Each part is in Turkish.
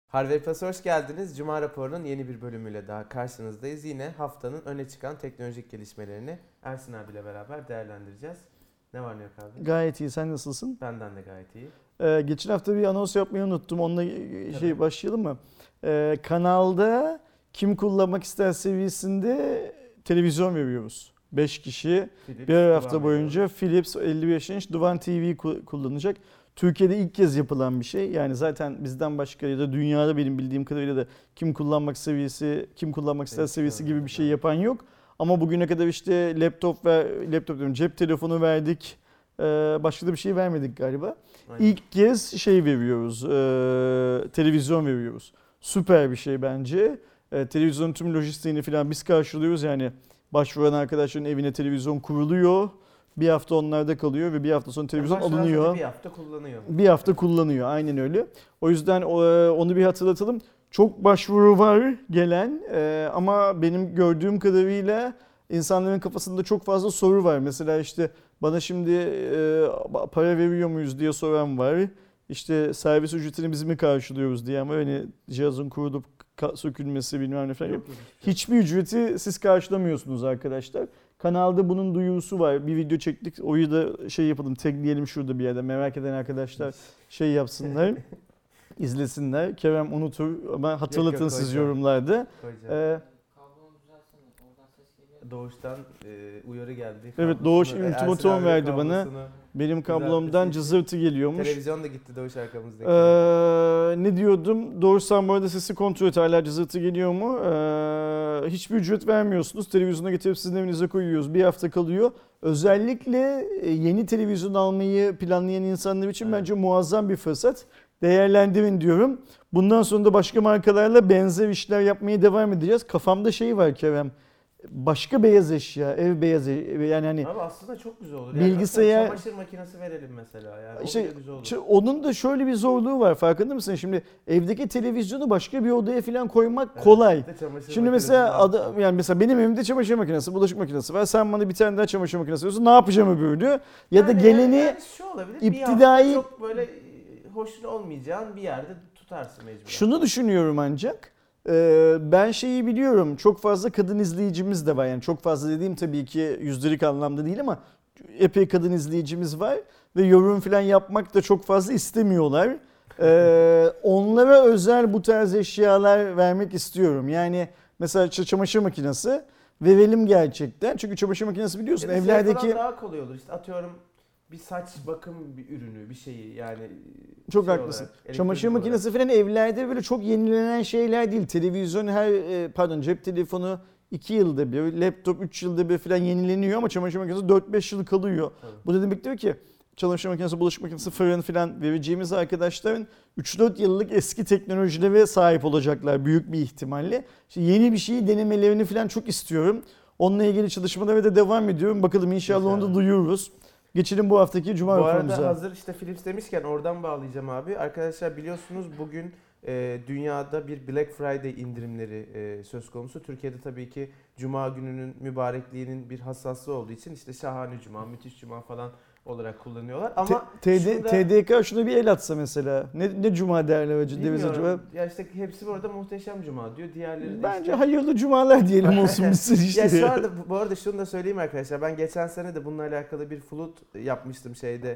Harvard Plus'a hoş geldiniz. Cuma raporunun yeni bir bölümüyle daha karşınızdayız. Yine haftanın öne çıkan teknolojik gelişmelerini Ersin abiyle beraber değerlendireceğiz. Ne var ne yok abi? Gayet iyi. Sen nasılsın? Benden de gayet iyi. Geçen hafta bir anons yapmayı unuttum. Onunla başlayalım mı? Kanalda kim kullanmak ister seviyesinde televizyon veriyoruz. 5 kişi Philips, bir hafta boyunca Philips 55 inç Duvan TV kullanacak. Türkiye'de ilk kez yapılan bir şey. Yani zaten bizden başka ya da dünyada benim bildiğim kadarıyla da kim kullanmak ister seviyesi gibi bir şey yapan yok. Ama bugüne kadar işte laptop diyorum, cep telefonu verdik. Başka da bir şey vermedik galiba. Aynen. İlk kez veriyoruz. Televizyon veriyoruz. Süper bir şey bence. Televizyonun tüm lojistiğini falan biz karşılıyoruz. Yani başvuran arkadaşların evine televizyon kuruluyor. Bir hafta onlarda kalıyor ve bir hafta sonra televizyon alınıyor. Bir hafta kullanıyor. Bir hafta kullanıyor, aynen öyle. O yüzden onu bir hatırlatalım. Çok başvuru var gelen ama benim gördüğüm kadarıyla insanların kafasında çok fazla soru var. Mesela işte bana şimdi para veriyor muyuz diye soran var. İşte servis ücretini biz mi karşılıyoruz diye, ama hani cihazın kurulup sökülmesi bilmem ne falan. Hiçbir ücreti siz karşılamıyorsunuz arkadaşlar. Kanalda bunun duyurusu var. Bir video çektik. Oyu da yapalım. Tagleyelim şurada bir yerde. Merak eden arkadaşlar yapsınlar. izlesinler. Kerem unutur ama hatırlatın yok, siz yorumlarda. Doğuş'tan uyarı geldi. Evet, Doğuş ultimatum verdi bana. Benim kablomdan cızırtı geliyormuş. Televizyon da gitti Doğuş arkamızdaki. Ne diyordum? Doğuştan bu arada sesi kontrol et. Hala cızırtı geliyor mu? Hiçbir ücret vermiyorsunuz. Televizyona getirip sizin evinize koyuyoruz. Bir hafta kalıyor. Özellikle yeni televizyon almayı planlayan insanlar için bence muazzam bir fırsat. Değerlendirin diyorum. Bundan sonra da başka markalarla benzer işler yapmaya devam edeceğiz. Kafamda var Kerem. Başka beyaz eşya, ev beyaz eşya, yani hani abi aslında çok güzel olur. Bilgisayar, çamaşır makinesi verelim mesela, yani işte güzel olur. Onun da şöyle bir zorluğu var, farkında mısın? Şimdi evdeki televizyonu başka bir odaya falan koymak kolay. Şimdi mesela yani mesela benim evimde çamaşır makinesi, bulaşık makinesi var. Sen bana bir tane daha çamaşır makinesi veriyorsun. Ne yapacağım öbürünü? Ya da geleni şu olabilir, iptidai çok böyle hoşun olmayacağın bir yerde tutarsın mecburen. Şunu düşünüyorum ancak. Ben biliyorum, çok fazla kadın izleyicimiz de var. Yani çok fazla dediğim tabii ki yüzdelik anlamda değil ama epey kadın izleyicimiz var ve yorum falan yapmak da çok fazla istemiyorlar. Onlara özel bu tarz eşyalar vermek istiyorum. Yani mesela çamaşır makinesi verelim gerçekten. Çünkü çamaşır makinesi biliyorsun evlerdeki daha kolay olur. İşte atıyorum bir saç bakım bir ürünü, bir şeyi, yani çok haklısın. Çamaşır makinesi falan evlerde böyle çok yenilenen şeyler değil. Televizyon cep telefonu 2 yılda bir, laptop 3 yılda bir falan yenileniyor ama çamaşır makinesi 4-5 yıl kalıyor. Evet. Bu da demek diyor ki çamaşır makinesi, bulaşık makinesi, fırın falan vereceğimiz arkadaşların 3-4 yıllık eski teknolojilere sahip olacaklar büyük bir ihtimalle. İşte yeni bir şeyi denemelerini falan çok istiyorum. Onunla ilgili çalışmalara da devam ediyorum. Bakalım inşallah onu da duyururuz. Geçelim bu haftaki Cuma raporumuza. Bu arada hazır işte Philips demişken oradan bağlayacağım abi. Arkadaşlar biliyorsunuz bugün dünyada bir Black Friday indirimleri söz konusu. Türkiye'de tabii ki Cuma gününün mübarekliğinin bir hassaslığı olduğu için işte şahane Cuma, müthiş Cuma falan olarak kullanıyorlar. Ama TDK şuna bir el atsa mesela. Ne Cuma derler acaba? Ya işte hepsi bu arada muhteşem Cuma diyor. Diğerleri de bence hayırlı cumalar diyelim olsun bitsin işte. Ya şu anda bu arada şunu da söyleyeyim arkadaşlar. Ben geçen sene de bununla alakalı bir flood yapmıştım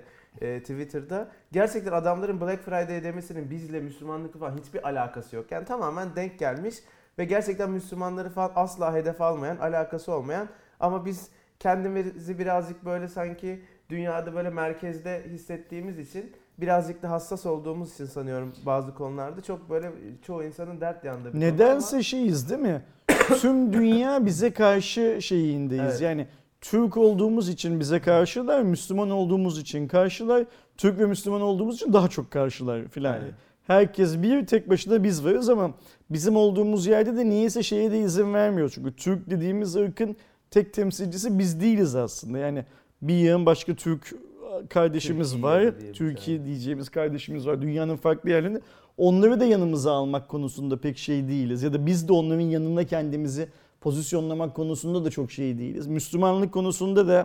Twitter'da. Gerçekten adamların Black Friday demesinin bizle Müslümanlıkla falan hiçbir alakası yok. Yani tamamen denk gelmiş ve gerçekten Müslümanları falan asla hedef almayan, alakası olmayan, ama biz kendimizi birazcık böyle sanki dünyada böyle merkezde hissettiğimiz için, birazcık da hassas olduğumuz için sanıyorum bazı konularda çok böyle çoğu insanın dert yandığı bir nedense değil mi? Tüm dünya bize karşı şeyindeyiz. Evet. Yani Türk olduğumuz için bize karşılar, Müslüman olduğumuz için karşılar, Türk ve Müslüman olduğumuz için daha çok karşılar filan. Evet. Herkes tek başına biz varız ama bizim olduğumuz yerde de niyeyse de izin vermiyor. Çünkü Türk dediğimiz ırkın tek temsilcisi biz değiliz aslında. Yani bir yığın başka Türk kardeşimiz var. Türkiye diyeceğimiz kardeşimiz var. Dünyanın farklı yerlerinde. Onları da yanımıza almak konusunda pek değiliz. Ya da biz de onların yanına kendimizi pozisyonlamak konusunda da çok değiliz. Müslümanlık konusunda da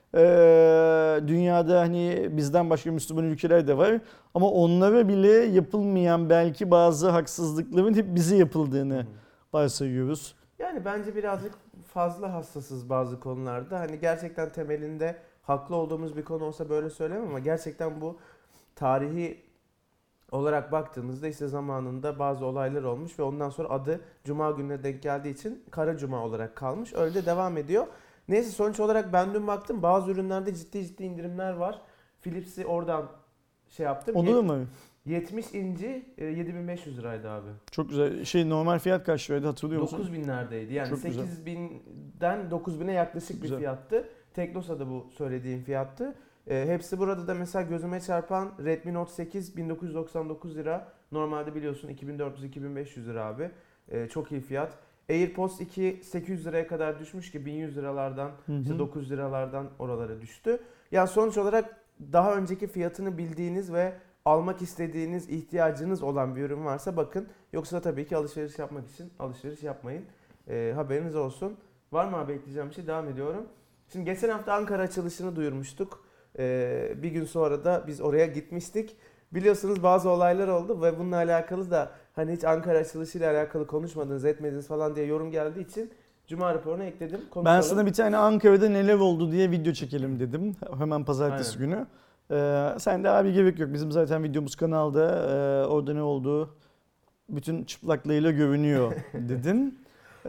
Dünyada hani bizden başka Müslüman ülkeler de var. Ama onlara bile yapılmayan belki bazı haksızlıkların hep bize yapıldığını varsayıyoruz. Yani bence birazcık fazla hassasız bazı konularda. Hani gerçekten temelinde haklı olduğumuz bir konu olsa böyle söylemem ama gerçekten bu tarihi olarak baktığımızda işte zamanında bazı olaylar olmuş ve ondan sonra adı Cuma gününe denk geldiği için Kara Cuma olarak kalmış. Öyle de devam ediyor. Neyse sonuç olarak ben dün baktım bazı ürünlerde ciddi indirimler var. Philips'i oradan şey yaptım. Olur mu? 70 inci 7500 liraydı abi. Çok güzel. Normal fiyat kaç liraydı hatırlıyor musun? 9000'lerdeydi. Yani Çok 8000'den 9000'e yaklaşık bir fiyattı. Teknosa'da bu söylediğim fiyattı. Hepsi burada da mesela gözüme çarpan Redmi Note 8 1999 lira. Normalde biliyorsun 2400-2500 lira abi. Çok iyi fiyat. AirPods 2 800 liraya kadar düşmüş ki 1100 liralardan işte 900 liralardan oralara düştü. Yani sonuç olarak daha önceki fiyatını bildiğiniz ve almak istediğiniz, ihtiyacınız olan bir ürün varsa bakın. Yoksa tabii ki alışveriş yapmak için alışveriş yapmayın. Haberiniz olsun. Var mı abi ekleyeceğim bir şey? Devam ediyorum. Şimdi geçen hafta Ankara açılışını duyurmuştuk. Bir gün sonra da biz oraya gitmiştik. Biliyorsunuz bazı olaylar oldu ve bununla alakalı da hani hiç Ankara açılışıyla alakalı konuşmadınız, etmediniz falan diye yorum geldiği için Cuma raporuna ekledim. Konuşalım. Ben sana bir tane Ankara'da neler oldu diye video çekelim dedim. Hemen pazartesi günü. Sen de abi gerek yok. Bizim zaten videomuz kanalda. Orada ne oldu? Bütün çıplaklığıyla görünüyor dedin.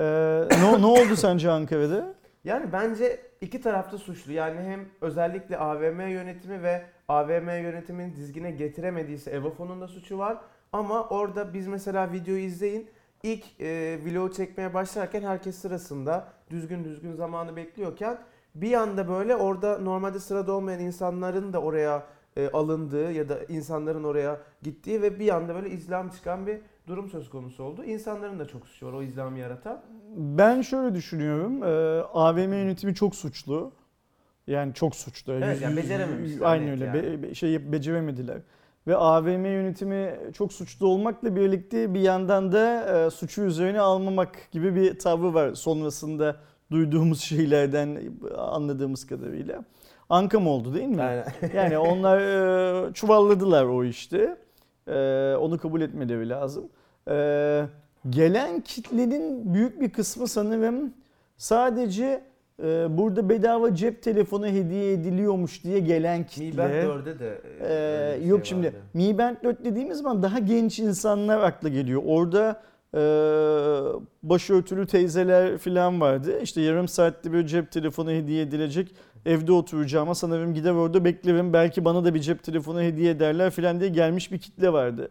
Ne oldu sence Ankara'da? Yani bence iki tarafta suçlu. Yani hem özellikle AVM yönetimi ve AVM yönetimini dizgine getiremediyse Evofon'un da suçu var. Ama orada biz mesela videoyu izleyin. İlk vlogu çekmeye başlarken herkes sırasında düzgün zamanı bekliyorken bir anda böyle orada normalde sırada olmayan insanların da oraya alındığı ya da insanların oraya gittiği ve bir anda böyle izlam çıkan bir durum söz konusu oldu. İnsanların da çok suçu var o izlamı yaratan. Ben şöyle düşünüyorum. AVM yönetimi çok suçlu. Yani çok suçlu. Evet, yani becerememişler. Aynen öyle. Yani. Beceremediler. Ve AVM yönetimi çok suçlu olmakla birlikte bir yandan da suçu üzerine almamak gibi bir tavrı var sonrasında duyduğumuz şeylerden anladığımız kadarıyla. Anka mı oldu değil mi? Aynen. Yani onlar çuvalladılar o işte. Onu kabul etmeleri lazım. Gelen kitlenin büyük bir kısmı sanırım sadece burada bedava cep telefonu hediye ediliyormuş diye gelen kitle. Mi Band 4'de de yok şimdi vardı. Mi Band 4 dediğimiz zaman daha genç insanlar akla geliyor. Orada başörtülü teyzeler falan vardı. İşte yarım saatte bir cep telefonu hediye edilecek. Evde oturacağıma sanırım gider orada beklerim. Belki bana da bir cep telefonu hediye ederler falan diye gelmiş bir kitle vardı.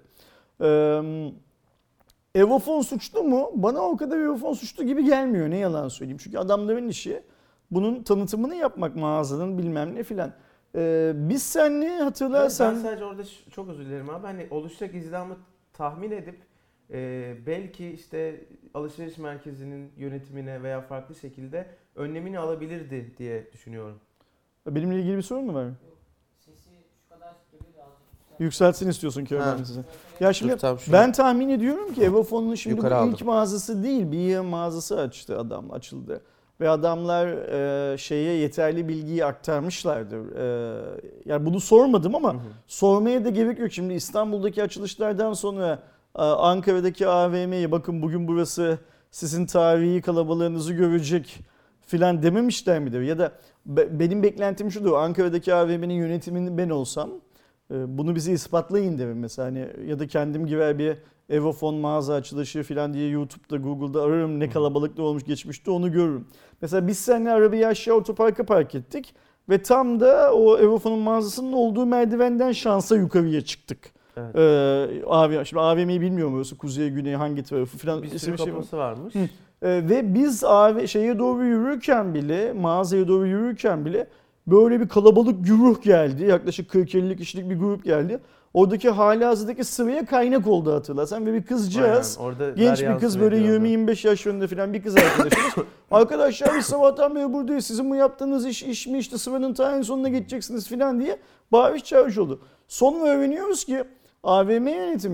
Evofon suçlu mu? Bana o kadar Evofon suçlu gibi gelmiyor. Ne yalan söyleyeyim. Çünkü adamların işi bunun tanıtımını yapmak mağazanın bilmem ne filan. Biz seninle hatırlarsan... Ben sadece orada çok özür dilerim abi. Hani oluşacak izlamı tahmin edip belki işte alışveriş merkezinin yönetimine veya farklı şekilde önlemini alabilirdi diye düşünüyorum. Benimle ilgili bir sorun mu var? Yok. Sesi şu kadar geliyor da azıcık Yükseltsin istiyorsun ki öğrenci size. Ya şimdi Dur, ben tahmin ediyorum ki Evofon'un şimdi Yukarı bu aldım. ilk mağazası değil, bir yıl mağazası açıldı. Ve adamlar şeye yeterli bilgiyi aktarmışlardır. Yani bunu sormadım ama sormaya da gerek yok. Şimdi İstanbul'daki açılışlardan sonra Ankara'daki AVM'ye bakın bugün burası sizin tarihi kalabalığınızı görecek filan dememişler midir? Ya da benim beklentim şudur. Ankara'daki AVM'nin yönetimini ben olsam bunu bize ispatlayın derim mesela. Hani, ya da kendim girer bir Evofon mağaza açılışı falan diye YouTube'da, Google'da ararım ne kalabalıklı olmuş geçmişte onu görürüm. Mesela biz seninle arabayı aşağı otoparka park ettik ve tam da o Evofon'un mağazasının olduğu merdivenden şansa yukarıya çıktık. Evet. Şimdi AVM'yi bilmiyorum orası kuzey güney hangi tarafı falan. Bir sürü kapısı varmış. Ve biz şeye doğru yürürken bile, mağazaya doğru yürürken bile böyle bir kalabalık güruh geldi. Yaklaşık 40-50 kişilik bir grup geldi. Oradaki halihazırdaki sıraya kaynak oldu hatırlarsan ve bir kızcağız, genç bir kız böyle 20-25 yaşlarında falan bir kız arkadaşımız. Arkadaşlar biz sabahtan beri buradayız. Sizin bu yaptığınız iş mi işte sıranın ta en sonuna geçeceksiniz falan diye bağırış çağırış oldu. Sonra öğreniyoruz ki AVM yönetimi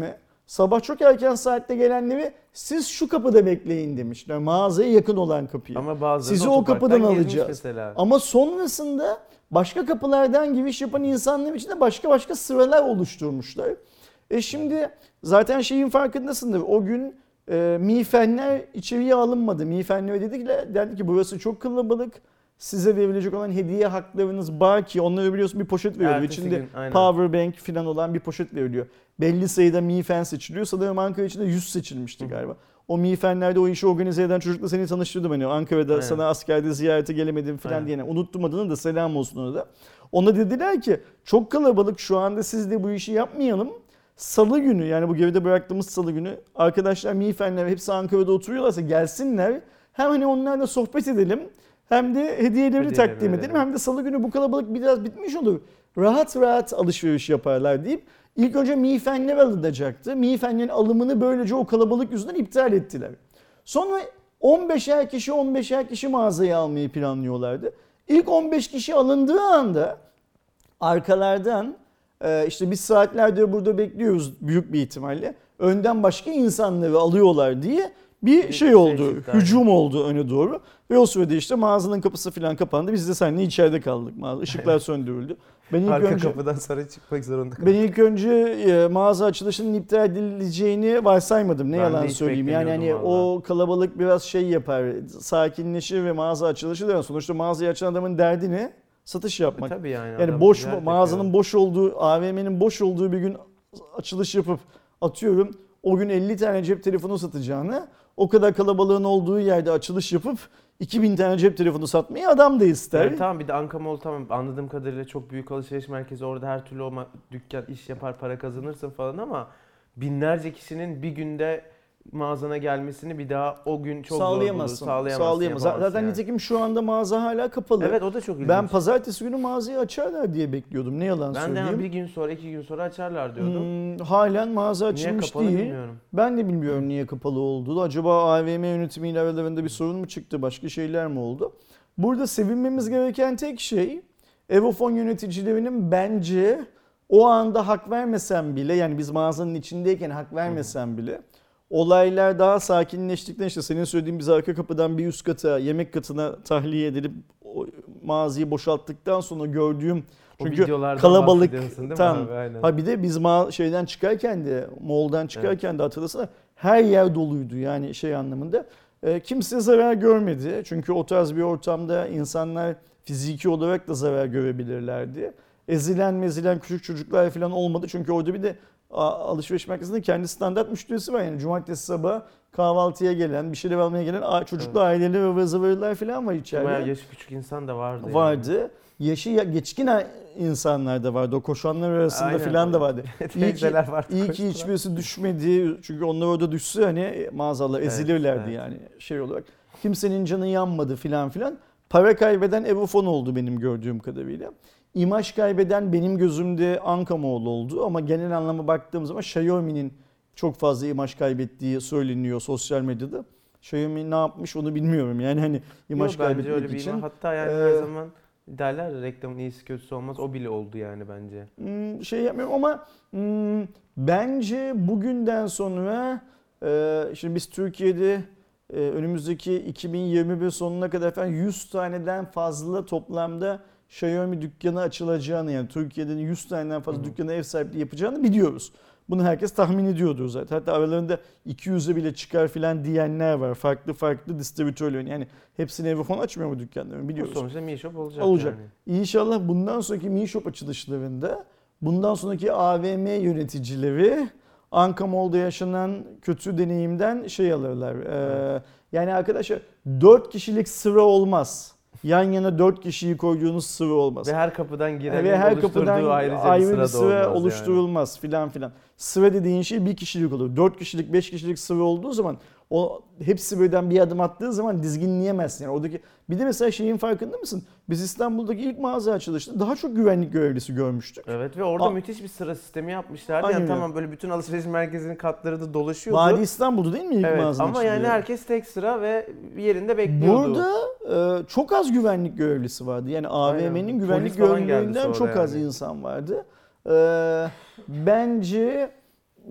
Sabah çok erken saatte gelenleri siz şu kapıda bekleyin demişler. Mağazaya yakın olan kapıyı. Ama bazıları Sizi da o otoparktan kapıdan gezmiş alacağız. Mesela. Ama sonrasında başka kapılardan giriş yapan insanlar için de başka sıralar oluşturmuşlar. Şimdi zaten şeyin farkındasındır. O gün miğfenler içeriye alınmadı. Miğfenlere dedi ki burası çok kalabalık. Size verilecek olan hediye haklarınız var ki onları biliyorsun bir poşet veriliyor. Ertesi İçinde gün, aynen. power bank falan olan bir poşet veriliyor. Belli sayıda miğfen seçiliyor. Sanırım Ankara içinde 100 seçilmişti galiba. O miğfenlerde o işi organize eden çocukla seni tanıştırdım. Hani Ankara'da Aynen. sana askerde ziyarete gelemedim falan Aynen. diye. Unuttum adını da selam olsun ona da. Ona dediler ki çok kalabalık şu anda siz de bu işi yapmayalım. Salı günü yani bu geride bıraktığımız salı günü arkadaşlar miğfenler hepsi Ankara'da oturuyorlarsa gelsinler. Hem hani onlarla sohbet edelim hem de hediyeleri takdim edelim. Hem de salı günü bu kalabalık biraz bitmiş olur. Rahat rahat alışveriş yaparlar deyip ilk önce miğfenler alınacaktı. Miğfenlerin alımını böylece o kalabalık yüzünden iptal ettiler. Sonra 15'er kişi mağazaya almayı planlıyorlardı. İlk 15 kişi alındığı anda arkalardan işte biz saatlerdir burada bekliyoruz büyük bir ihtimalle. Önden başka insanları alıyorlar diye bir şey oldu. Hücum oldu öne doğru. Ve o sırada işte mağazanın kapısı falan kapandı. Biz de seninle içeride kaldık. Işıklar söndürüldü. Arka kapıdan sonra çıkmak zorunda kaldım. Ben ilk önce mağaza açılışının iptal edileceğini varsaymadım. Ne yalan söyleyeyim. Yani hani o kalabalık biraz şey yapar. Sakinleşir ve mağaza açılışı da sonuçta mağazayı açan adamın derdi ne? Satış yapmak. Tabii yani boş mağazanın boş olduğu, AVM'nin boş olduğu bir gün açılış yapıp atıyorum o gün 50 tane cep telefonu satacağını o kadar kalabalığın olduğu yerde açılış yapıp 2000 tane cep telefonu satmayı adam da ister. Evet, tamam bir de Anka Mall tamam anladığım kadarıyla çok büyük alışveriş merkezi orada her türlü dükkan iş yapar para kazanırsın falan ama binlerce kişinin bir günde mağazana gelmesini bir daha o gün çok sağlayamazsın. Zor bulur. Zaten yani. Nitekim şu anda mağaza hala kapalı. Evet o da çok ilginç. Ben pazartesi günü mağazayı açarlar diye bekliyordum. Ne yalan söyleyeyim. Ben de bir gün sonra 2 gün sonra açarlar diyordum. Halen mağaza açılmış niye değil. Bilmiyorum. Ben de bilmiyorum niye kapalı olduğunu. Acaba AVM yönetimiyle aralarında bir sorun mu çıktı? Başka şeyler mi oldu? Burada sevinmemiz gereken tek şey Evofon yöneticilerinin bence o anda hak vermesem bile yani biz mağazanın içindeyken hak vermesem bile olaylar daha sakinleştikten işte senin söylediğin biz arka kapıdan bir üst kata yemek katına tahliye edilip mağazayı boşalttıktan sonra gördüğüm çünkü kalabalık tam ha bir de biz şeyden çıkarken de mall'dan çıkarken de hatırlasana her yer doluydu yani şey anlamında. Kimse zarar görmedi çünkü o tarz bir ortamda insanlar fiziki olarak da zarar görebilirlerdi. Ezilen küçük çocuklar falan olmadı çünkü orada bir de alışveriş merkezinde kendi standart müşterisi var yani cumartesi sabah kahvaltıya gelen bir şeyler almaya gelen çocuklu aileler ve zıvırlar falan var içeride. Bayağı yaşı küçük insan da vardı. Vardı. Yani. Yaşı geçkin insanlar da vardı. O koşanlar arasında falan da vardı. İyi ki hiçbirisi düşmedi. Çünkü onlar orada düşse hani maazallah ezilirlerdi yani şey olarak. Kimsenin canı yanmadı falan filan. Para kaybeden Evofon oldu benim gördüğüm kadarıyla. İmaj kaybeden benim gözümde Anka Mall oldu ama genel anlamda baktığım zaman Xiaomi'nin çok fazla imaj kaybettiği söyleniyor sosyal medyada. Xiaomi ne yapmış onu bilmiyorum yani hani imaj kaybetmek için. Hatta yani her zaman derler reklamın iyisi kötüsü olmaz o bile oldu yani bence. Şey yapmıyorum ama bence bugünden sonra şimdi biz Türkiye'de önümüzdeki 2021 sonuna kadar falan 100 taneden fazla toplamda Xiaomi dükkanı açılacağını yani Türkiye'de 100 taneden fazla dükkana ev sahipliği yapacağını biliyoruz. Bunu herkes tahmin ediyordu zaten. Hatta aralarında 200'e bile çıkar filan diyenler var. Farklı distribütörlerin. Yani hepsini Evofon açmıyor mu dükkanlarını biliyoruz. Sonuçta Mi Shop olacak. Yani. İnşallah bundan sonraki Mi Shop açılışlarında bundan sonraki AVM yöneticileri Anka Mall'da yaşanan kötü deneyimden şey alırlar. Yani arkadaşlar 4 kişilik sıra olmaz. Yan yana 4 kişiyi koyduğunuz sıra olmaz. Ve her kapıdan girenin oluşturduğu ayrıca bir sıra oluşturulmaz yani. filan. Sıra dediğin şey bir kişilik olur. 4 kişilik 5 kişilik sıra olduğu zaman o hepsi birden bir adım attığı zaman dizginleyemezsin. Yani oradaki bir de mesela şeyin farkında mısın? Biz İstanbul'daki ilk mağaza açılışında daha çok güvenlik görevlisi görmüştük. Evet ve orada müthiş bir sıra sistemi yapmışlardı. Yani tamam böyle bütün alışveriş merkezinin katları da dolaşıyordu. Vadi İstanbul'du değil mi ilk mağaza ama yani herkes tek sıra ve yerinde bekliyordu. Burada çok az güvenlik görevlisi vardı. Yani AVM'nin güvenlik görevlilerinden çok az insan vardı. Bence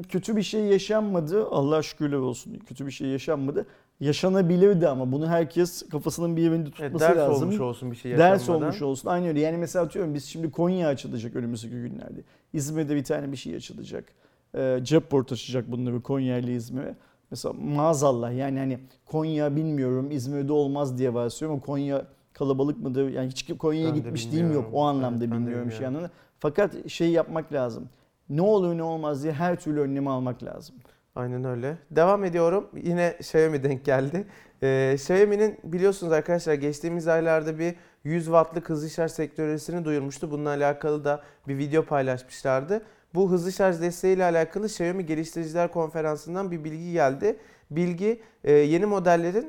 kötü bir şey yaşanmadı. Allah'a şükürler olsun. Kötü bir şey yaşanmadı. Yaşanabilirdi ama bunu herkes kafasının bir yerinde tutması ders lazım. olmuş olsun bir şey yaşanmadan. Ders olmuş olsun. Aynı öyle. Yani mesela atıyorum biz şimdi Konya açılacak önümüzdeki günlerde. İzmir'de bir tane bir şey açılacak. Jetport açacak bunları Konya ile İzmir'e. Mesela maazallah yani hani Konya bilmiyorum İzmir'de olmaz diye varsayıyorum ama Konya kalabalık mıdır? Yani hiç Konya'ya Ben de gitmişliğim yok. bilmiyorum. O anlamda Evet, ben de bilmiyorum şey bilmiyorum. anlamda. Fakat şey yapmak lazım. Ne olur ne olmaz diye her türlü önlemi almak lazım. Aynen öyle. Devam ediyorum. Yine Xiaomi denk geldi. Xiaomi'nin biliyorsunuz arkadaşlar geçtiğimiz aylarda bir 100 wattlık hızlı şarj teknolojisini duyurmuştu. Bununla alakalı da bir video paylaşmışlardı. Bu hızlı şarj desteğiyle alakalı Xiaomi Geliştiriciler Konferansı'ndan bir bilgi geldi. Bilgi yeni modellerin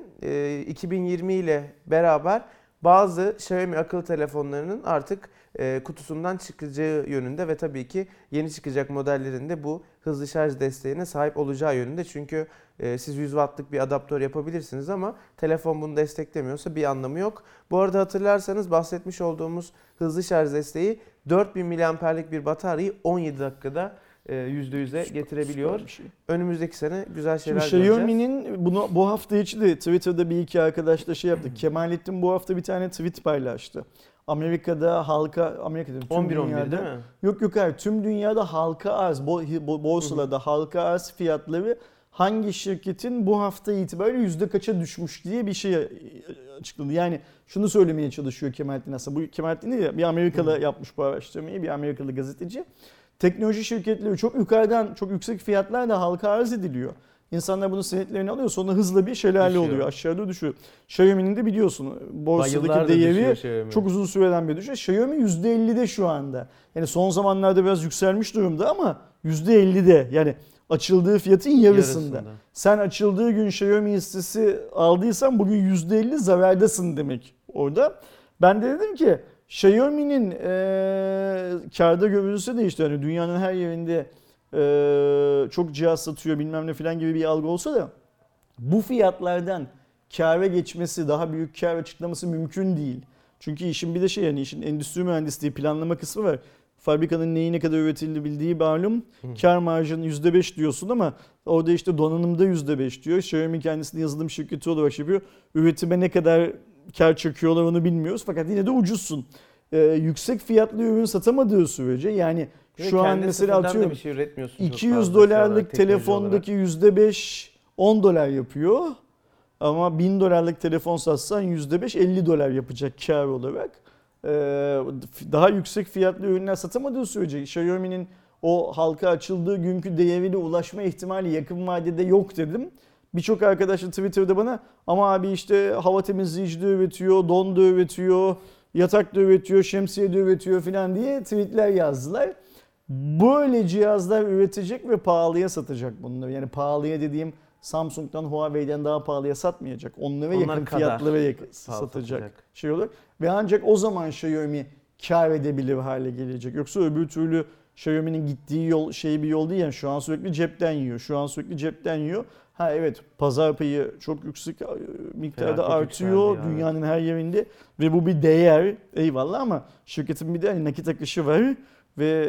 2020 ile beraber bazı Xiaomi akıllı telefonlarının artık kutusundan çıkacağı yönünde ve tabii ki yeni çıkacak modellerin de bu hızlı şarj desteğine sahip olacağı yönünde. Çünkü siz 100 wattlık bir adaptör yapabilirsiniz ama telefon bunu desteklemiyorsa bir anlamı yok. Bu arada hatırlarsanız bahsetmiş olduğumuz hızlı şarj desteği 4000 mAh'lik bir bataryayı 17 dakikada %100'e getirebiliyor. Süper bir şey. Önümüzdeki sene güzel Şimdi şeyler göreceğiz. Xiaomi'nin bunu bu hafta içi de Twitter'da bir iki arkadaşla şey yaptı. Kemalettin bu hafta bir tane tweet paylaştı. Amerika'da tüm 11-11 dünyada, değil mi? Yok hayır, tüm dünyada halka arz, borsalarda halka arz fiyatları hangi şirketin bu hafta itibariyle yüzde kaça düşmüş diye bir şey açıkladı. Yani şunu söylemeye çalışıyor Kemalettin aslında. Bu Kemalettin değil ya, bir Amerikalı yapmış bu araştırmayı, bir Amerikalı gazeteci. Teknoloji şirketleri çok yukarıdan çok yüksek fiyatlarla halka arz ediliyor. İnsanlar bunun senetlerini alıyor, sonra hızla bir şelale Düşüyor. oluyor, aşağıda düşüyor. Xiaomi'nin de biliyorsun borsadaki Bayıllardır değeri düşüyor Xiaomi. çok uzun süreden beri düşüyor. Xiaomi %50'de şu anda. Yani son zamanlarda biraz yükselmiş durumda ama %50'de. Yani açıldığı fiyatın yarısında. Sen açıldığı gün Xiaomi hissesi aldıysan bugün %50 zarardasın demek orada. Ben de dedim ki Xiaomi'nin kârda görünse de işte hani dünyanın her yerinde çok cihaz satıyor bilmem ne falan gibi bir algı olsa da bu fiyatlardan kâra geçmesi, daha büyük kâr açıklaması mümkün değil. Çünkü işin bir de şey, yani işin endüstri mühendisliği planlama kısmı var. Fabrikanın neyi ne kadar üretildiği malum. Kâr marjının %5 diyorsun ama orada işte donanımda %5 diyor. Xiaomi kendisini yazılım şirketi olarak yapıyor. Üretime ne kadar kâr çekiyorlar onu bilmiyoruz fakat yine de ucuzsun. Yüksek fiyatlı ürün satamadığı sürece yani şu an mesela atıyorum bir şey üretmiyorsun. çok 200 fazla dolarlık teknoloji telefondaki %5 10 dolar yapıyor. Ama 1000 dolarlık telefon satsan %5 50 dolar yapacak kar olarak. Daha yüksek fiyatlı ürünler satamadığı sürece Xiaomi'nin o halka açıldığı günkü değerine ulaşma ihtimali yakın vadede yok dedim. Birçok arkadaş Twitter'da bana ama abi işte hava temizleyici de üretiyor, don da üretiyor, yatak da üretiyor, şemsiye de üretiyor falan diye tweetler yazdılar. Böyle cihazlar üretecek ve pahalıya satacak bunları. Yani pahalıya dediğim Samsung'dan, Huawei'den daha pahalıya satmayacak. Onlara Onlar yakın kadar fiyatlara pahalı satacak şey olur. Ve ancak o zaman Xiaomi kar edebilir hale gelecek. Yoksa öbür türlü Xiaomi'nin gittiği yol bir yol değil. Yani şu an sürekli cepten yiyor. Ha evet, pazar payı çok yüksek miktarda Felaket artıyor yükseldi ya, dünyanın her yerinde ve bu bir değer, eyvallah, ama şirketin bir de hani nakit akışı var ve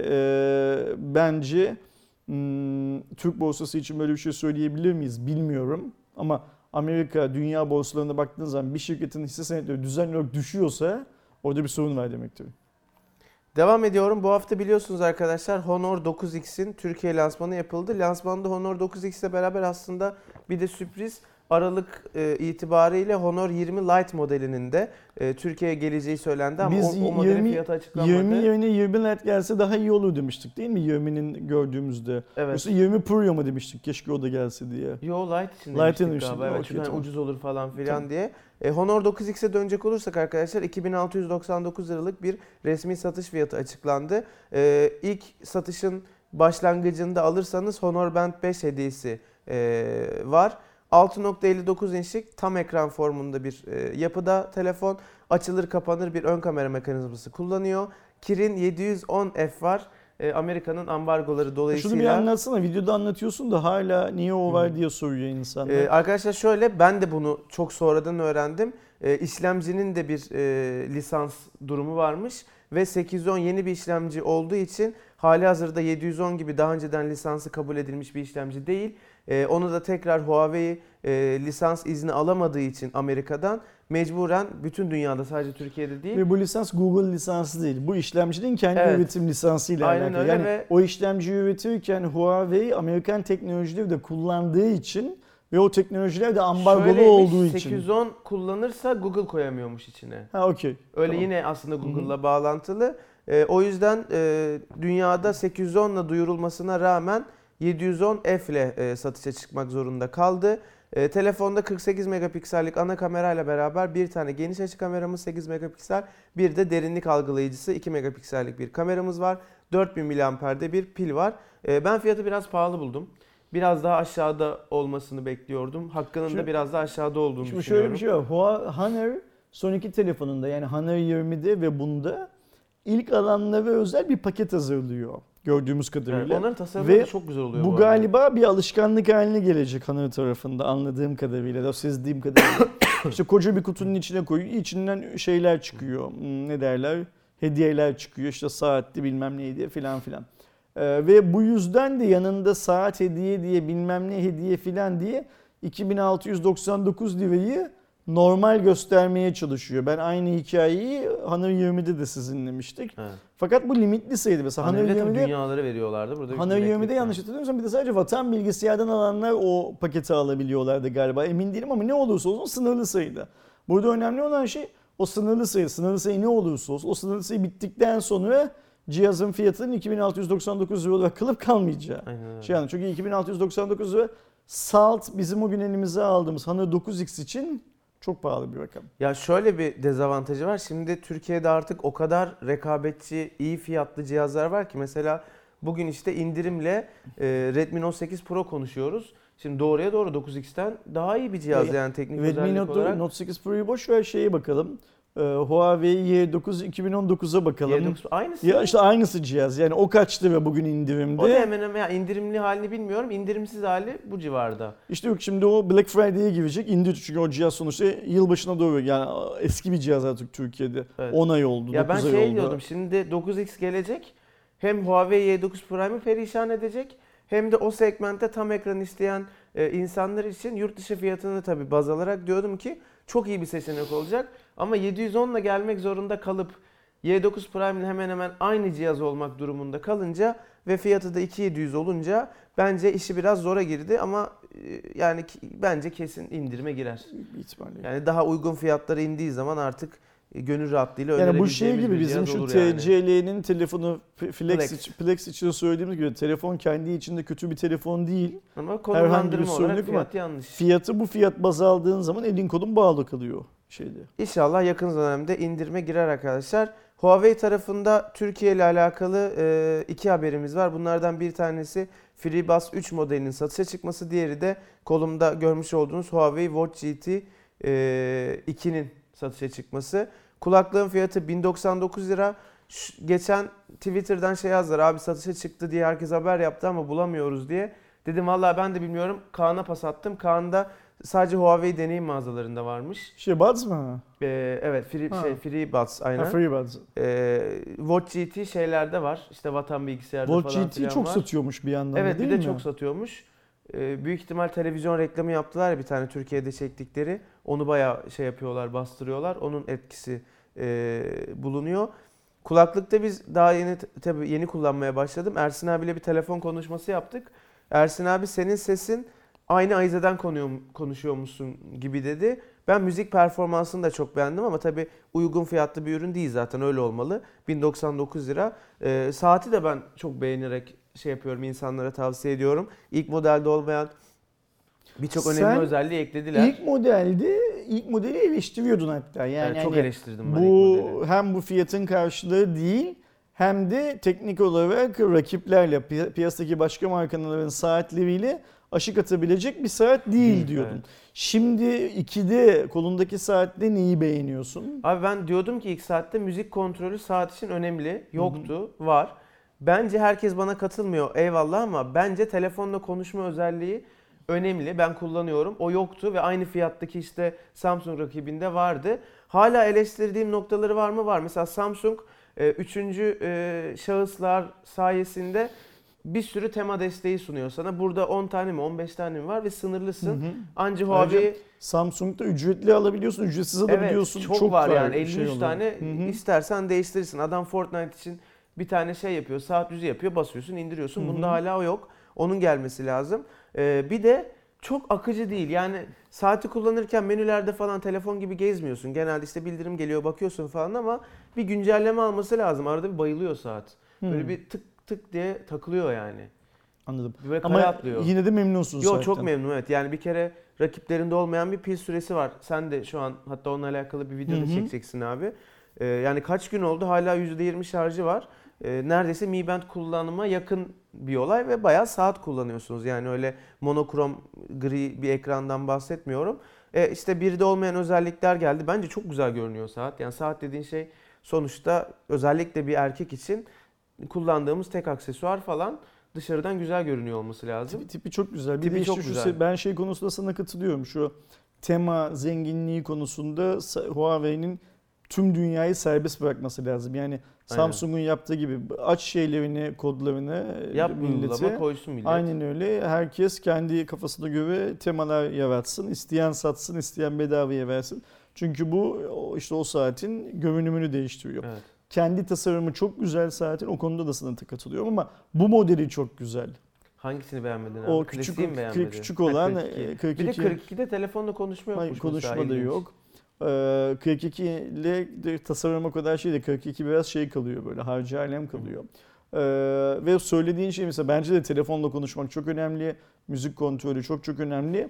bence Türk borsası için böyle bir şey söyleyebilir miyiz bilmiyorum ama Amerika dünya borsalarına baktığınız zaman bir şirketin hisse senetleri düzenli olarak düşüyorsa orada bir sorun var demektir. Devam ediyorum. Bu hafta biliyorsunuz arkadaşlar Honor 9X'in Türkiye lansmanı yapıldı. Lansmanda Honor 9X ile beraber aslında bir de sürpriz Aralık itibariyle Honor 20 Lite modelinin de Türkiye'ye geleceği söylendi ama Biz o modelin fiyatı açıklanmadı. 20 yerine 20 Lite gelse daha iyi olur demiştik değil mi 20'nin gördüğümüzde? Evet. Yoksa 20 Pro mu demiştik keşke o da gelse diye. Yo Lite için Lite demiştik demiştik, galiba. Evet, okey, çünkü hani tamam. ucuz olur falan filan Tamam. diye. Honor 9X'e dönecek olursak arkadaşlar 2699 liralık bir resmi satış fiyatı açıklandı. İlk satışın başlangıcında alırsanız Honor Band 5 hediyesi var. 6.59 inçlik tam ekran formunda bir yapıda telefon, açılır kapanır bir ön kamera mekanizması kullanıyor. Kirin 710F var. Amerika'nın ambargoları dolayısıyla. Şunu bir anlatsana, videoda anlatıyorsun da hala niye o var diye soruyor insanlar. Arkadaşlar şöyle, ben de bunu çok sonradan öğrendim. İşlemcinin de bir lisans durumu varmış. ve 810 yeni bir işlemci olduğu için hali hazırda 710 gibi daha önceden lisansı kabul edilmiş bir işlemci değil. Onu da tekrar Huawei lisans izni alamadığı için Amerika'dan mecburen bütün dünyada, sadece Türkiye'de değil. Ve bu lisans Google lisansı değil. Bu işlemcinin kendi Evet. üretim lisansıyla Aynen alakalı. öyle Yani ve o işlemciyi üretirken Huawei Amerikan teknolojileri de kullandığı için ve o teknolojiler de ambargolu şöyleymiş, olduğu için. 810 kullanırsa Google koyamıyormuş içine. Ha okey. Öyle Tamam. yine aslında Google'la bağlantılı. O yüzden dünyada 810 ile duyurulmasına rağmen 710F ile satışa çıkmak zorunda kaldı. Telefonda 48 megapiksellik ana kamerayla beraber bir tane geniş açı kameramız 8 megapiksel, bir de derinlik algılayıcısı 2 megapiksellik bir kameramız var. 4000 mAh'de bir pil var. Ben fiyatı biraz pahalı buldum. Biraz daha aşağıda olmasını bekliyordum. Hakkının da biraz daha aşağıda olduğunu Şimdi düşünüyorum. şöyle bir şey var. Honor son iki telefonunda, yani Honor 20'de ve bunda ilk alanlara özel bir paket hazırlıyor gördüğümüz kadarıyla. Evet, onların tasarımları Ve da çok güzel oluyor. Bu arada. galiba bir alışkanlık haline gelecek Honor tarafında, anladığım kadarıyla da sezdiğim kadarıyla. İşte koca bir kutunun içine koyuyor, içinden şeyler çıkıyor. Ne derler? Hediyeler çıkıyor. İşte saatti bilmem neydi filan filan. Ve bu yüzden de yanında saat hediye diye, bilmem ne hediye filan diye 2699 lirayı normal göstermeye çalışıyor. Ben aynı hikayeyi Honor 20'de de sizinlemiştik. Evet. Fakat bu limitli sayıydı. Mesela Honor Honor 20'de, dünyaları veriyorlardı. Burada Honor 20'de yanlış hatırlamıyorsam bir de sadece vatan bilgisayardan alanlar o paketi alabiliyorlardı galiba. Emin değilim ama ne olursa olsun sınırlı sayıda. Burada önemli olan şey o sınırlı sayı. Sınırlı sayı ne olursa olsun o sınırlı sayı bittikten sonra cihazın fiyatının 2699 lira olarak kalıp kalmayacağı. Aynen öyle. Yani çünkü 2699 lira salt bizim o gün elimize aldığımız Honor 9X için çok pahalı bir rakam. Ya şöyle bir dezavantajı var. Şimdi Türkiye'de artık o kadar rekabetçi, iyi fiyatlı cihazlar var ki mesela bugün işte indirimle Redmi Note 8 Pro konuşuyoruz. Şimdi doğruya doğru 9X'ten daha iyi bir cihaz yani teknik Redmi özellik olarak. Note 8 Pro'yu boş ver, şeye bakalım. Huawei Y9 2019'a bakalım. Y9 aynısı. Ya işte aynısı cihaz. Yani o kaçtı ve bugün indirimde. O da hemen hemen ya indirimli halini bilmiyorum. İndirimsiz hali bu civarda. İşte yok, şimdi o Black Friday'e girecek. İndir çünkü o cihaz sonuçta yılbaşına doğru, yani eski bir cihaz artık Türkiye'de. Evet. 10 ay oldu, Ya ben 9 ay şey oldu. diyordum, şimdi 9X gelecek. Hem Huawei Y9 Prime'ı perişan edecek. Hem de o segmentte tam ekran isteyen insanlar için yurt dışı fiyatını tabii baz alarak diyordum ki çok iyi bir seçenek olacak. Ama 710 ile gelmek zorunda kalıp Y9 Prime'le hemen hemen aynı cihaz olmak durumunda kalınca ve fiyatı da 2700 olunca bence işi biraz zora girdi ama yani bence kesin indirime girer. Bir ihtimalle. Yani daha uygun fiyatlara indiği zaman artık gönül rahatlığıyla Yani bu önerebileceğimiz şey gibi bir bizim cihaz şu olur yani. TCL'nin telefonu Flex. Flex için söylediğimiz gibi telefon kendi içinde kötü bir telefon değil. Ama Herhangi bir konumlandırma sorun olarak yok ama fiyat yanlış. Fiyatı bu fiyat baz aldığın zaman elin kolun bağlı kalıyor şeyde. İnşallah yakın dönemde indirime girer arkadaşlar. Huawei tarafında Türkiye ile alakalı iki haberimiz var. Bunlardan bir tanesi FreeBuds 3 modelinin satışa çıkması. Diğeri de kolumda görmüş olduğunuz Huawei Watch GT 2'nin satışa çıkması. Kulaklığın fiyatı 1099 lira. Geçen Twitter'dan şey yazdılar, abi satışa çıktı diye herkes haber yaptı ama bulamıyoruz diye. Dedim vallahi ben de bilmiyorum. Kaan'a pas attım. Kaan'da sadece Huawei deneyim mağazalarında varmış. Buds mı? Evet, FreeBuds aynen. Ha, FreeBuds. Watch GT şeylerde var. İşte Vatan Bilgisayar'da Watch falan GT filan çok var. satıyormuş bir yandan Evet, değil bir de mi? çok satıyormuş. Büyük ihtimal televizyon reklamı yaptılar ya bir tane Türkiye'de çektikleri. Onu bayağı şey yapıyorlar, bastırıyorlar. Onun etkisi bulunuyor. Kulaklıkta biz daha tabii yeni kullanmaya başladım. Ersin abiyle bir telefon konuşması yaptık. Ersin abi senin sesin aynı Ayize'den konuşuyormuşsun gibi dedi. Ben müzik performansını da çok beğendim ama tabii uygun fiyatlı bir ürün değil, zaten öyle olmalı. 1099 lira. Saati de ben çok beğenerek şey yapıyorum, insanlara tavsiye ediyorum. İlk modelde olmayan birçok önemli özelliği eklediler. İlk modeli eleştiriyordun hatta. Yani Evet, çok hani eleştirdim ben ilk modeli. hem bu fiyatın karşılığı değil hem de teknik olarak rakiplerle, piyasadaki başka markaların saatleriyle aşık atabilecek bir saat değil diyordun. Evet. Şimdi 2'de kolundaki saatte neyi beğeniyorsun? Abi ben diyordum ki ilk saatte müzik kontrolü saat için önemli. Yoktu, var. Bence herkes bana katılmıyor, eyvallah, ama bence telefonla konuşma özelliği önemli. Ben kullanıyorum. O yoktu ve aynı fiyattaki işte Samsung rakibinde vardı. Hala eleştirdiğim noktaları var mı? Var. Mesela Samsung Üçüncü şahıslar sayesinde bir sürü tema desteği sunuyor sana. Burada 10 tane mi 15 tane mi var ve sınırlısın. Hı hı. Anca Ayrıca Huawei Samsung'da ücretli alabiliyorsun, ücretsiz alabiliyorsun. evet, çok var yani 53 şey oluyor. tane Hı hı. istersen değiştirirsin. Adam Fortnite için bir tane şey yapıyor, saat düzü yapıyor, basıyorsun, indiriyorsun. Hı hı. Bunda hala o yok. Onun gelmesi lazım. Bir de çok akıcı değil. Yani saati kullanırken menülerde falan telefon gibi gezmiyorsun. Genelde işte bildirim geliyor, bakıyorsun falan ama bir güncelleme alması lazım. Arada bir bayılıyor saat. Böyle Hı. bir tık tık diye takılıyor yani. Anladım. Böyle kare Ama atlıyor. yine de memnunsun Yok, saatten. çok memnunum evet. Yani bir kere rakiplerinde olmayan bir pil süresi var. Sen de şu an hatta onunla alakalı bir video da Hı hı. çekeceksin abi. Yani kaç gün oldu, hala %20 şarjı var. Neredeyse Mi Band kullanıma yakın bir olay ve bayağı saat kullanıyorsunuz. Yani öyle monokrom gri bir ekrandan bahsetmiyorum. İşte bir de olmayan özellikler geldi. Bence çok güzel görünüyor saat. Yani saat dediğin şey sonuçta özellikle bir erkek için kullandığımız tek aksesuar falan. Dışarıdan güzel görünüyor olması lazım. Tipi çok güzel. Bir Tipi de işte çok şu güzel. ben şey konusunda sana katılıyorum. Şu tema zenginliği konusunda Huawei'nin tüm dünyayı serbest bırakması lazım. Yani Samsung'un yaptığı gibi aç şeylerini, kodlarını Yap millete. uygulama koysun millet. Aynen öyle. Herkes kendi kafasına göre temalar yaratsın. İsteyen satsın, isteyen bedavaya versin. Çünkü bu işte o saatin görünümünü değiştiriyor. Evet. Kendi tasarımı çok güzel saatin. O konuda da sana katılıyorum ama bu modeli çok güzel. Hangisini beğenmedin abi? O Klasiği mi küçük beğenmedin? küçük Ha, olan 42. 42. Bir de 42'de telefonla konuşma yokmuş Hayır, konuşma mesela, da ilginç. yok. 42 ile de tasarım o kadar şey de 42 biraz şey kalıyor, böyle harcı alem kalıyor. Ve söylediğin şey mesela bence de telefonla konuşmak çok önemli. Müzik kontrolü çok önemli.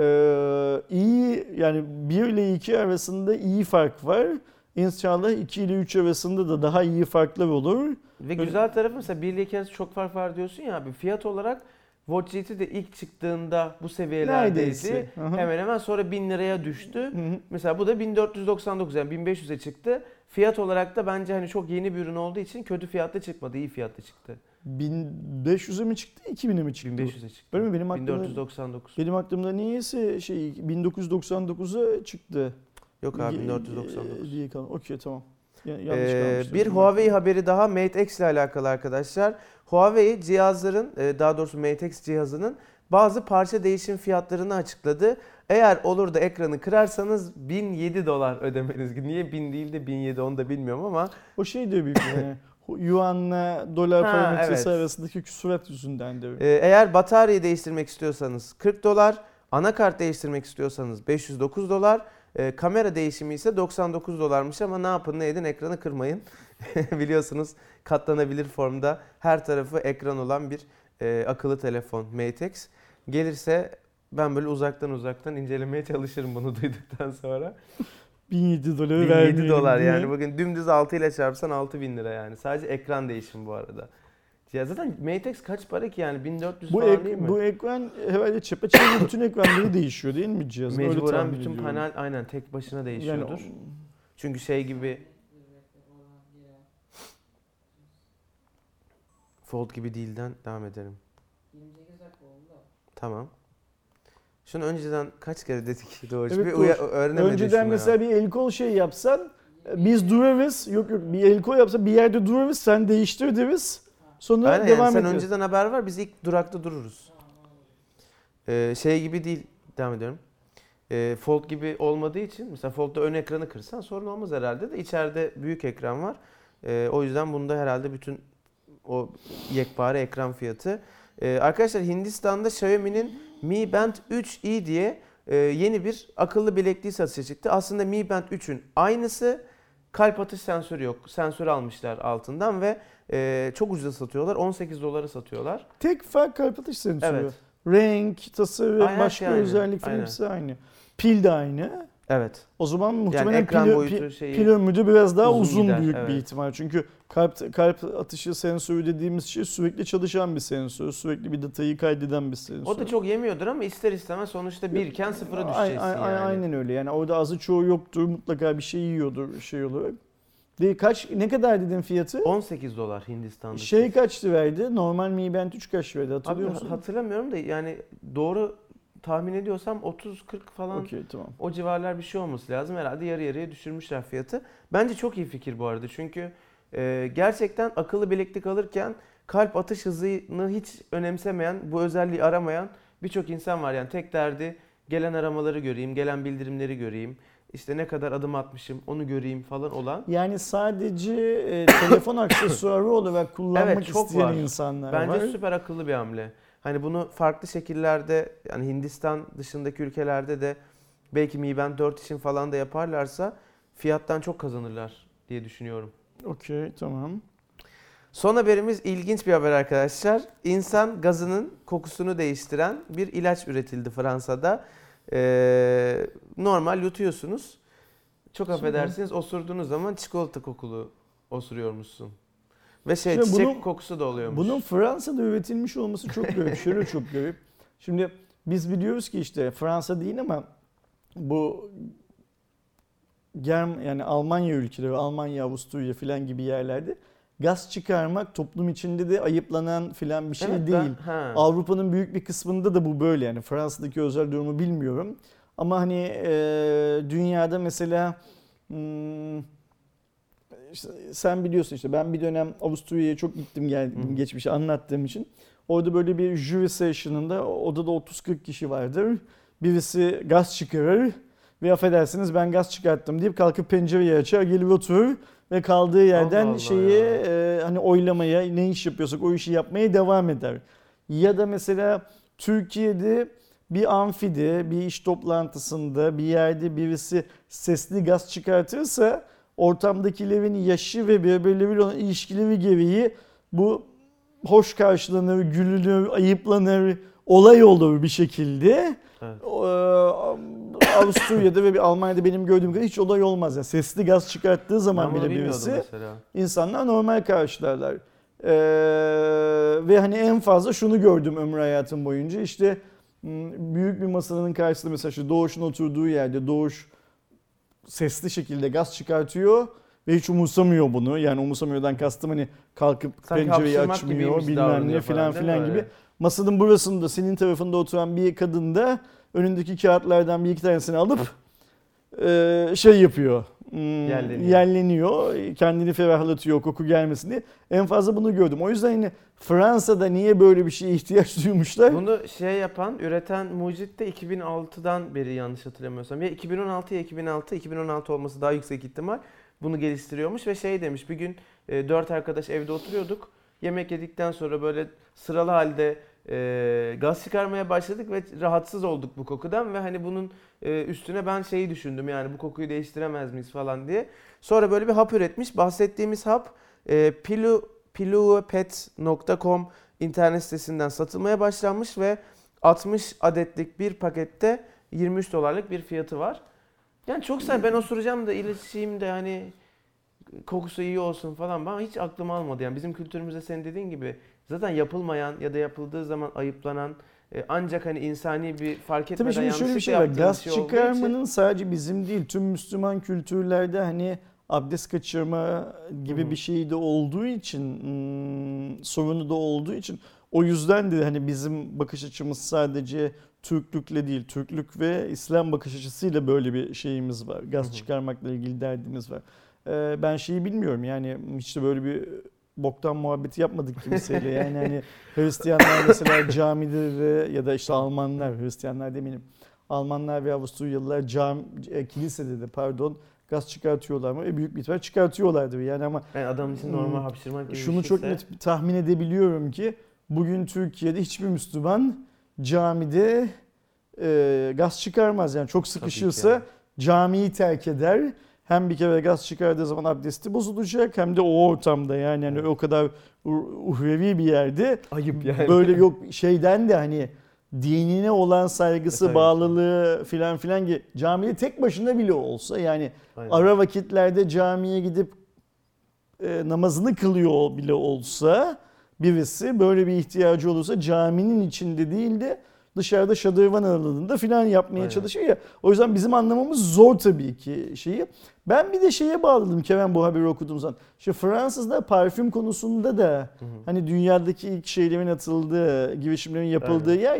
İyi yani 1 ile 2 arasında iyi fark var. İnşallah 2 ile 3 arasında da daha iyi farklar olur. Ve güzel tarafı mesela 1 ile 2 arası çok fark var diyorsun ya abi. Fiyat olarak Watch GT de ilk çıktığında bu seviyelerdeydi. Neredeyse. Hı hı. Hemen hemen sonra 1000 liraya düştü. Hı hı. Mesela bu da 1499 yani 1500'e çıktı. Fiyat olarak da bence hani çok yeni bir ürün olduğu için kötü fiyatlı çıkmadı, iyi fiyatlı çıktı. 1500'e mi çıktı, 2000'e mi çıktı? 1500'e çıktı. Öyle mi? Benim aklımda 1499. Benim aklımda niyeyse şey 1999'a çıktı. Yok abi 1499. Diye kaldı. Okey, tamam. Yanlış kalmıştır. Bir Huawei haberi daha Mate X ile alakalı arkadaşlar. Huawei cihazların, daha doğrusu Mate X cihazının bazı parça değişim fiyatlarını açıkladı. Eğer olur da ekranı kırarsanız $1007 ödemeniz. Niye 1000 değil de 1007 onu da bilmiyorum ama. O şey de büyük yani. Yuan'la dolar Ha, parametresi evet. arasındaki küsurat yüzünden de. Eğer bataryayı değiştirmek istiyorsanız $40, anakart değiştirmek istiyorsanız $509, kamera değişimi ise $99'mış ama ne yapın ne edin ekranı kırmayın. Biliyorsunuz katlanabilir formda her tarafı ekran olan bir akıllı telefon Mate X. Gelirse ben böyle uzaktan incelemeye çalışırım bunu duyduktan sonra. $1007 $1007 vermeyelim diye. yani bugün dümdüz 6 ile çarpsan 6000 lira yani. Sadece ekran değişimi bu arada. Ya zaten Mate X kaç para ki yani 1400 falan değil mi? Bu ekran herhalde çepeçevre bütün ekranları değişiyor değil mi cihazın? Öyle Mecburen tahmin bütün ediyorum. panel aynen tek başına değişiyordur. Yani Çünkü şey gibi Fold gibi değilden devam edelim. 28 dakika oldu da. Tamam. Şunu önceden kaç kere dedik doğru. Evet, bir doğru. öğrenemedim önceden şunu mesela ya. bir el kol şey yapsan biz durarız. Yok bir el kol yapsa bir yerde durarız, sen değiştir deriz. Sonra Aynen devam yani sen ederiz. önceden haber var biz ilk durakta dururuz. Şey gibi değil, devam ediyorum. Fold gibi olmadığı için mesela Fold'da ön ekranı kırsan sorun olmaz herhalde de içeride büyük ekran var. O yüzden bunda herhalde bütün o yekpare ekran fiyatı. Arkadaşlar Hindistan'da Xiaomi'nin Mi Band 3i diye yeni bir akıllı bilekliği satışa çıktı. Aslında Mi Band 3'ün aynısı, kalp atış sensörü yok. Sensör almışlar altından ve çok ucuza satıyorlar. $18 satıyorlar. Tek fark kalp atış sensörü. Evet. Renk, tasarım, Aynen, başka şey aynı. özellikler Aynen. hepsi aynı. Pil de aynı. Evet. O zaman muhtemelen ekran boyutu şeyi pil ömrü biraz daha uzun uzun gider, büyük evet. bir ihtimal. Çünkü kalp atışı sensörü dediğimiz şey sürekli çalışan bir sensör. Sürekli bir datayı kaydeden bir sensör. O da çok yemiyordur ama ister istemez sonuçta birken sıfıra düşeceksin yani. Aynen öyle. Yani orada azı çoğu yoktur. Mutlaka bir şey yiyordur şey olarak. Ne kadar dedin fiyatı? $18 Hindistan'da. Şey kaçtı verdi? Normal Mi Band 3 kaç verdi hatırlıyor Abi musun? hatırlamıyorum da yani doğru tahmin ediyorsam 30-40 falan Okey, tamam. o civarlar bir şey olması lazım. Herhalde yarı yarıya düşürmüşler fiyatı. Bence çok iyi fikir bu arada çünkü Gerçekten akıllı bileklik alırken kalp atış hızını hiç önemsemeyen, bu özelliği aramayan birçok insan var. Yani tek derdi gelen aramaları göreyim, gelen bildirimleri göreyim, işte ne kadar adım atmışım onu göreyim falan olan. Yani sadece telefon aksesuarı olarak kullanmak Evet, çok isteyen var. insanlar Bence var. süper akıllı bir hamle. Hani bunu farklı şekillerde, yani Hindistan dışındaki ülkelerde de belki Mi Band 4 için falan da yaparlarsa fiyattan çok kazanırlar diye düşünüyorum. Okey, tamam. Son haberimiz ilginç bir haber arkadaşlar. İnsan gazının kokusunu değiştiren bir ilaç üretildi Fransa'da. Normal yutuyorsunuz. Çok affedersiniz, osurduğunuz zaman çikolata kokulu osuruyormuşsun. Ve Şimdi çiçek kokusu da oluyormuş. Bunun Fransa'da üretilmiş olması çok garip. Şöyle çok garip. Şimdi biz biliyoruz ki işte Fransa değil ama bu yani Almanya ülkeleri, Almanya, Avusturya filan gibi yerlerde gaz çıkarmak toplum içinde de ayıplanan filan bir şey Evet, değil. ha. Avrupa'nın büyük bir kısmında da bu böyle, yani Fransa'daki özel durumu bilmiyorum. Ama hani dünyada mesela işte sen biliyorsun, işte ben bir dönem Avusturya'ya çok gittim geldim, geçmişi anlattığım için. Orada böyle bir jury session'ında odada 30-40 kişi vardır. Birisi gaz çıkarır ve affedersiniz ben gaz çıkarttım deyip kalkıp pencereyi açar, gelir oturur ve kaldığı yerden Allah Allah şeyi hani oylamaya, ne iş yapıyorsak o işi yapmaya devam eder. Ya da mesela Türkiye'de bir amfide, bir iş toplantısında, bir yerde birisi sesli gaz çıkartırsa ortamdakilerin yaşı ve birbirleriyle olan ilişkileri gereği bu hoş karşılanır, gülünür, ayıplanır, olay olur bir şekilde. Evet. Avusturya'da ve Almanya'da benim gördüğüm kadar hiç olay olmaz. Yani sesli gaz çıkarttığı zaman Ben bunu bile bilmiyordum birisi mesela. insanlar normal karşılarlar. Ve hani en fazla şunu gördüm ömrü hayatım boyunca, işte büyük bir masanın karşısında mesela şu Doğuş'un oturduğu yerde Doğuş sesli şekilde gaz çıkartıyor ve hiç umursamıyor bunu. Yani umursamıyordan kastım hani kalkıp Sanki pencereyi hapşırmak açmıyor, gibiymiş bilmem ne davranıyor filan falan, değil mi filan gibi. öyle? Masanın burasında senin tarafında oturan bir kadın da önündeki kağıtlardan bir iki tanesini alıp şey yapıyor. Yerleniyor. Kendini ferahlatıyor koku gelmesin diye. En fazla bunu gördüm. O yüzden hani Fransa'da niye böyle bir şeye ihtiyaç duymuşlar? Bunu üreten mucit de 2006'dan beri yanlış hatırlamıyorsam. Ya 2016 ya 2006 olması daha yüksek ihtimal. Bunu geliştiriyormuş ve demiş, bir gün 4 arkadaş evde oturuyorduk. Yemek yedikten sonra böyle sıralı halde gaz çıkarmaya başladık ve rahatsız olduk bu kokudan ve hani bunun üstüne ben düşündüm, yani bu kokuyu değiştiremez miyiz falan diye. Sonra böyle bir hap üretmiş. Bahsettiğimiz hap piluapet.com internet sitesinden satılmaya başlanmış ve 60 adetlik bir pakette $23 bir fiyatı var. Yani çok güzel, ben osuracağım da ilişeyim de hani kokusu iyi olsun falan, bana hiç aklım almadı. Yani bizim kültürümüzde senin dediğin gibi zaten yapılmayan ya da yapıldığı zaman ayıplanan, ancak hani insani bir fark etmeden Tabii şimdi şöyle bir şey var. yaptığımız Gaz şey olduğu çıkarmanın için. sadece bizim değil, tüm Müslüman kültürlerde hani abdest kaçırma gibi bir şey de olduğu için, sorunu da olduğu için, o yüzden de hani bizim bakış açımız sadece Türklükle değil, Türklük ve İslam bakış açısıyla böyle bir şeyimiz var. Gaz çıkarmakla ilgili derdimiz var. Ben şeyi bilmiyorum, yani hiç de böyle bir boktan muhabbeti yapmadık kimseyle. Yani hani Hristiyanlar mesela camide ya da işte Almanlar, Hristiyanlar demeyelim, Almanlar ve Avusturyalılar kilisede de gaz çıkartıyorlar mı? Büyük bir ihtimal çıkartıyorlardır yani, ama Yani adam için normal hapşırmak gibi şunu bir çok şeyse. net tahmin edebiliyorum ki bugün Türkiye'de hiçbir Müslüman camide gaz çıkarmaz. Yani çok sıkışırsa camiyi terk eder. Hem bir kere gaz çıkardığı zaman abdesti bozulacak, hem de o ortamda yani o kadar uhrevi bir yerde Ayıp yani. böyle yok şeyden de hani dinine olan saygısı, Tabii ki. bağlılığı filan filan gibi, camide tek başına bile olsa yani Aynen. ara vakitlerde camiye gidip namazını kılıyor bile olsa birisi, böyle bir ihtiyacı olursa caminin içinde değil de dışarıda şadırvan aralığında filan yapmaya çalışıyor ya. O yüzden bizim anlamamız zor tabii ki şeyi. Ben bir de şeye bağladım Kerem, bu haberi okuduğum zaman. İşte Fransızlar parfüm konusunda da hani dünyadaki ilk şeylerin atıldığı, girişimlerin yapıldığı yer ya.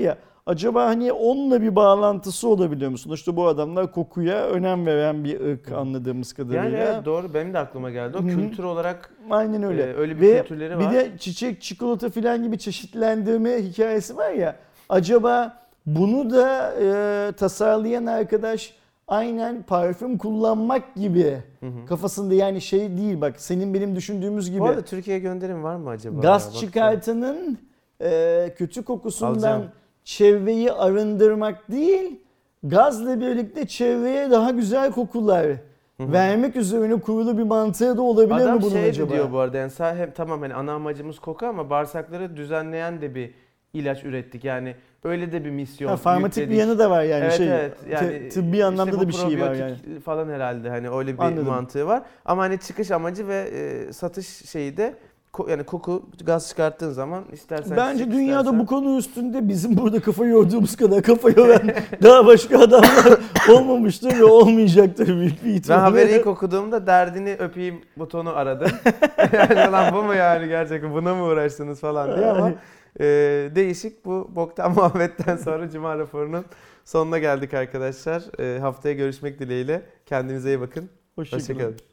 Acaba hani onunla bir bağlantısı olabiliyor mu? Sonuçta bu adamlar kokuya önem veren bir ırk anladığımız kadarıyla. Yani evet, doğru, benim de aklıma geldi. O Hı hı. kültür olarak Aynen öyle. öyle bir Ve kültürleri var. bir de çiçek, çikolata filan gibi çeşitlendirme hikayesi var ya. Acaba bunu da tasarlayan arkadaş aynen parfüm kullanmak gibi kafasında, yani şey değil bak, senin benim düşündüğümüz gibi Bu arada Türkiye'ye gönderim var mı acaba? gaz Baksana. çıkartanın kötü kokusundan Alacağım. çevreyi arındırmak değil, gazla birlikte çevreye daha güzel kokular vermek üzerine kurulu bir mantığı da olabilir Adam mi bunun şey de acaba? diyor bu arada, yani hem tamam hani ana amacımız koku ama bağırsakları düzenleyen de bir ilaç ürettik. Yani öyle de bir misyon Farmatik bir yükledik. yanı da var yani, Evet, yani tıbbi anlamda bu da bir şey var yani. probiyotik falan herhalde, hani öyle bir Anladım. mantığı var. Ama hani çıkış amacı ve satış şeyi de yani koku, gaz çıkarttığın zaman istersen Bence çiçek, dünyada istersen... bu konu üstünde bizim burada kafa yorduğumuz kadar kafa yoran daha başka adamlar olmamıştır ve olmayacaktır büyük bir Ben ihtimalle. haberi ilk okuduğumda derdini öpeyim butonu aradım. Yani lan bu mu yani, gerçekten buna mı uğraştınız falan diye, ama değişik, bu boktan muhabbetten sonra Cuma raporunun sonuna geldik arkadaşlar. Haftaya görüşmek dileğiyle. Kendinize iyi bakın. Hoşça kalın. Hoşça kalın.